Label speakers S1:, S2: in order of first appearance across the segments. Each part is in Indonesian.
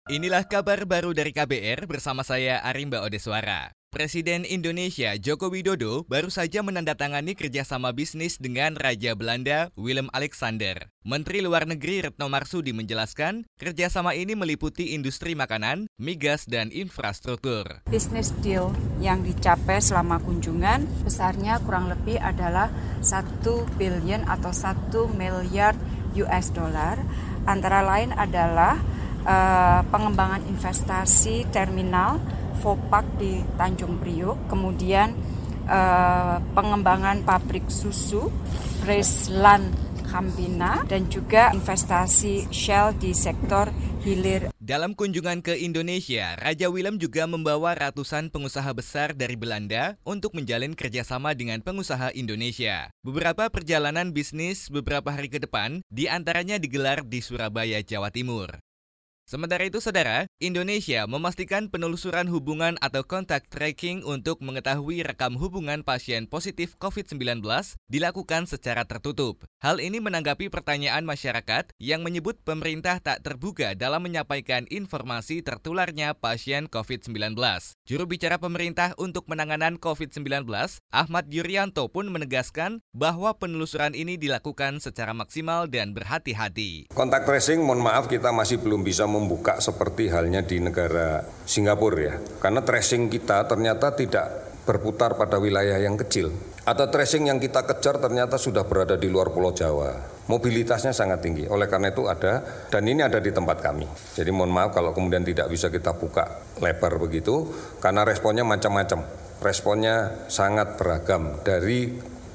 S1: Inilah kabar baru dari KBR bersama saya Arimba Odeswara. Presiden Indonesia Joko Widodo baru saja menandatangani kerjasama bisnis dengan Raja Belanda Willem Alexander. Menteri Luar Negeri Retno Marsudi menjelaskan, kerjasama ini meliputi industri makanan, migas, dan infrastruktur.
S2: Business deal yang dicapai selama kunjungan besarnya kurang lebih adalah 1 billion atau 1 miliar US dollar. Antara lain adalah pengembangan investasi terminal Vopak di Tanjung Priok, kemudian pengembangan pabrik susu Friesland Campina, dan juga investasi Shell di sektor hilir.
S1: Dalam kunjungan ke Indonesia, Raja Willem juga membawa ratusan pengusaha besar dari Belanda untuk menjalin kerjasama dengan pengusaha Indonesia. Beberapa perjalanan bisnis beberapa hari ke depan, diantaranya digelar di Surabaya, Jawa Timur. Sementara itu, saudara, Indonesia memastikan penelusuran hubungan atau kontak tracking untuk mengetahui rekam hubungan pasien positif COVID-19 dilakukan secara tertutup. Hal ini menanggapi pertanyaan masyarakat yang menyebut pemerintah tak terbuka dalam menyampaikan informasi tertularnya pasien COVID-19. Juru bicara pemerintah untuk penanganan COVID-19, Ahmad Yuryanto pun menegaskan bahwa penelusuran ini dilakukan secara maksimal dan berhati-hati.
S3: Kontak tracing, mohon maaf, kita masih belum bisa membuka seperti halnya di negara Singapura ya. Karena tracing kita ternyata tidak berputar pada wilayah yang kecil. Atau tracing yang kita kejar ternyata sudah berada di luar Pulau Jawa. Mobilitasnya sangat tinggi. Oleh karena itu ada, dan ini ada di tempat kami. Jadi mohon maaf kalau kemudian tidak bisa kita buka lebar begitu, karena responnya macam-macam. Responnya sangat beragam dari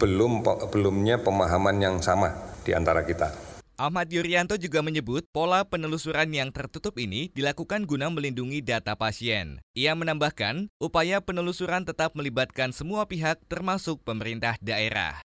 S3: belumnya pemahaman yang sama di antara kita.
S1: Ahmad Yuryanto juga menyebut pola penelusuran yang tertutup ini dilakukan guna melindungi data pasien. Ia menambahkan, upaya penelusuran tetap melibatkan semua pihak termasuk pemerintah daerah.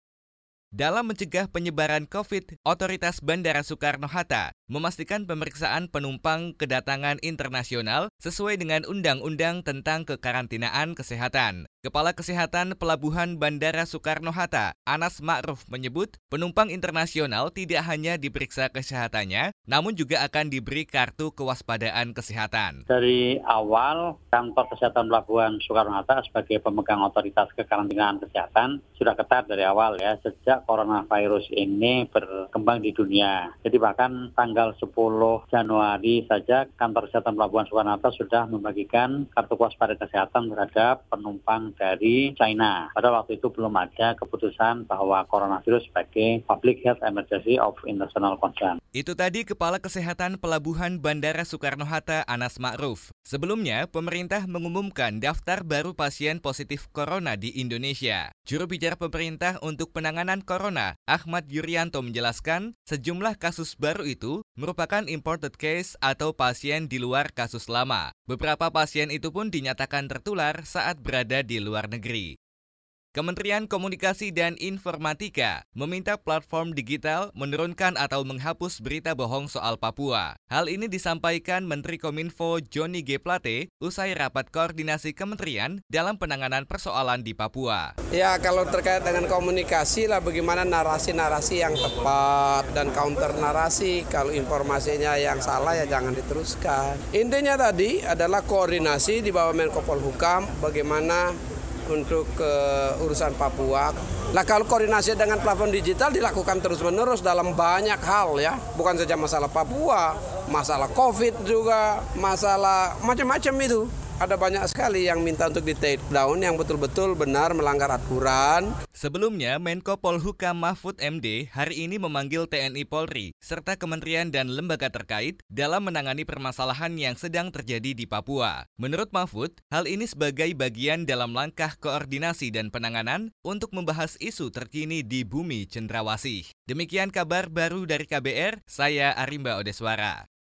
S1: Dalam mencegah penyebaran COVID, Otoritas Bandara Soekarno-Hatta memastikan pemeriksaan penumpang kedatangan internasional sesuai dengan Undang-Undang tentang Kekarantinaan Kesehatan. Kepala Kesehatan Pelabuhan Bandara Soekarno-Hatta, Anas Ma'ruf, menyebut penumpang internasional tidak hanya diperiksa kesehatannya, namun juga akan diberi kartu kewaspadaan kesehatan.
S4: Dari awal, Kantor Kesehatan Pelabuhan Soekarno-Hatta sebagai pemegang otoritas kekarantinaan kesehatan sudah ketat dari awal ya, sejak coronavirus ini berkembang di dunia. Jadi bahkan tanggal 10 Januari saja Kantor Kesehatan Pelabuhan Soekarno-Hatta sudah membagikan kartu kewaspadaan kesehatan terhadap penumpang dari China. Pada waktu itu belum ada keputusan bahwa coronavirus sebagai public health emergency of international concern.
S1: Itu tadi Kepala Kesehatan Pelabuhan Bandara Soekarno-Hatta, Anas Ma'ruf. Sebelumnya, pemerintah mengumumkan daftar baru pasien positif corona di Indonesia. Juru bicara pemerintah untuk penanganan corona, Ahmad Yuryanto, menjelaskan sejumlah kasus baru itu merupakan imported case atau pasien di luar kasus lama. Beberapa pasien itu pun dinyatakan tertular saat berada di luar negeri. Kementerian Komunikasi dan Informatika meminta platform digital menurunkan atau menghapus berita bohong soal Papua. Hal ini disampaikan Menteri Kominfo Johnny G. Plate usai rapat koordinasi kementerian dalam penanganan persoalan di Papua.
S5: Ya, kalau terkait dengan komunikasi lah, bagaimana narasi-narasi yang tepat dan counter narasi. Kalau informasinya yang salah ya jangan diteruskan. Intinya tadi adalah koordinasi di bawah Menko Polhukam bagaimana untuk urusan Papua. Nah, kalau koordinasi dengan platform digital dilakukan terus-menerus dalam banyak hal ya. Bukan saja masalah Papua, masalah COVID juga, masalah macam-macam itu. Ada banyak sekali yang minta untuk di-take down yang betul-betul benar melanggar aturan.
S1: Sebelumnya, Menko Polhukam Mahfud MD hari ini memanggil TNI Polri serta kementerian dan lembaga terkait dalam menangani permasalahan yang sedang terjadi di Papua. Menurut Mahfud, hal ini sebagai bagian dalam langkah koordinasi dan penanganan untuk membahas isu terkini di bumi Cendrawasih. Demikian kabar baru dari KBR, saya Arimba Odeswara.